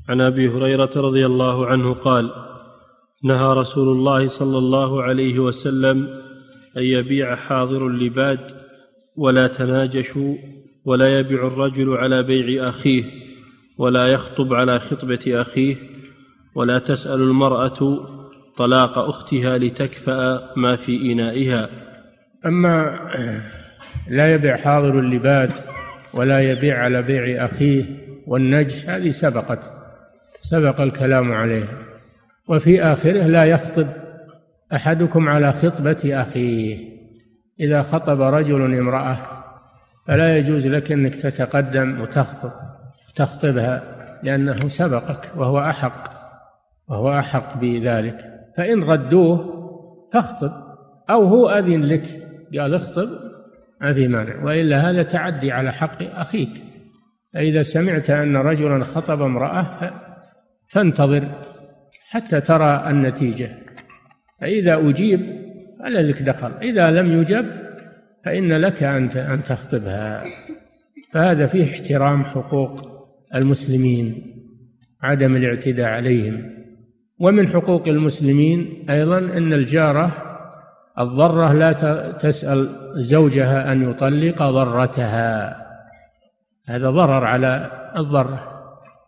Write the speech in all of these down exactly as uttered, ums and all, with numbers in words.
عن أبي هريرة رضي الله عنه قال: نهى رسول الله صلى الله عليه وسلم أن يبيع حاضر لباد، ولا تناجشوا، ولا يبيع الرجل على بيع أخيه، ولا يخطب على خطبة أخيه، ولا تسأل المرأة طلاق أختها لتكفأ ما في إنائها. أما لا يبيع حاضر اللباد ولا يبيع على بيع أخيه والنجش، هذه سبقت سبق الكلام عليها. وفي آخره: لا يخطب أحدكم على خطبة أخيه. إذا خطب رجل امرأة فلا يجوز لك أنك تتقدم وتخطب تخطبها، لأنه سبقك وهو أحق وهو أحق بذلك. فإن ردوه فاخطب، أو هو أذن لك قال اخطب ما في مانع، وإلا هذا تعدي على حق أخيك. فإذا سمعت أن رجلا خطب امرأة فانتظر حتى ترى النتيجة، فإذا أجيب فلا لك دخل، إذا لم يجب فإن لك أن تخطبها. فهذا فيه احترام حقوق المسلمين، عدم الاعتداء عليهم. ومن حقوق المسلمين أيضا أن الجارة الضرة لا تسأل زوجها أن يطلق ضرتها، هذا ضرر على الضرة،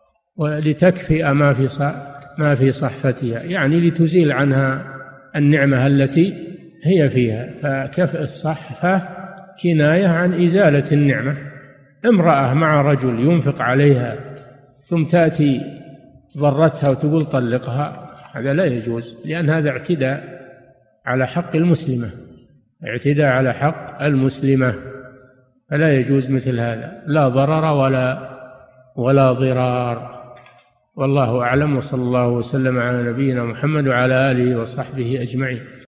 ولتكفئ ما في ما في صحفتها، يعني لتزيل عنها النعمة التي هي فيها. فكفء الصحفة كناية عن إزالة النعمة. امرأة مع رجل ينفق عليها ثم تأتي ضرتها وتقول طلقها، هذا لا يجوز، لأن هذا اعتداء على حق المسلمة، اعتداء على حق المسلمة، فلا يجوز مثل هذا، لا ضرر ولا ولا ضرار. والله أعلم، وصلى الله وسلم على نبينا محمد وعلى آله وصحبه أجمعين.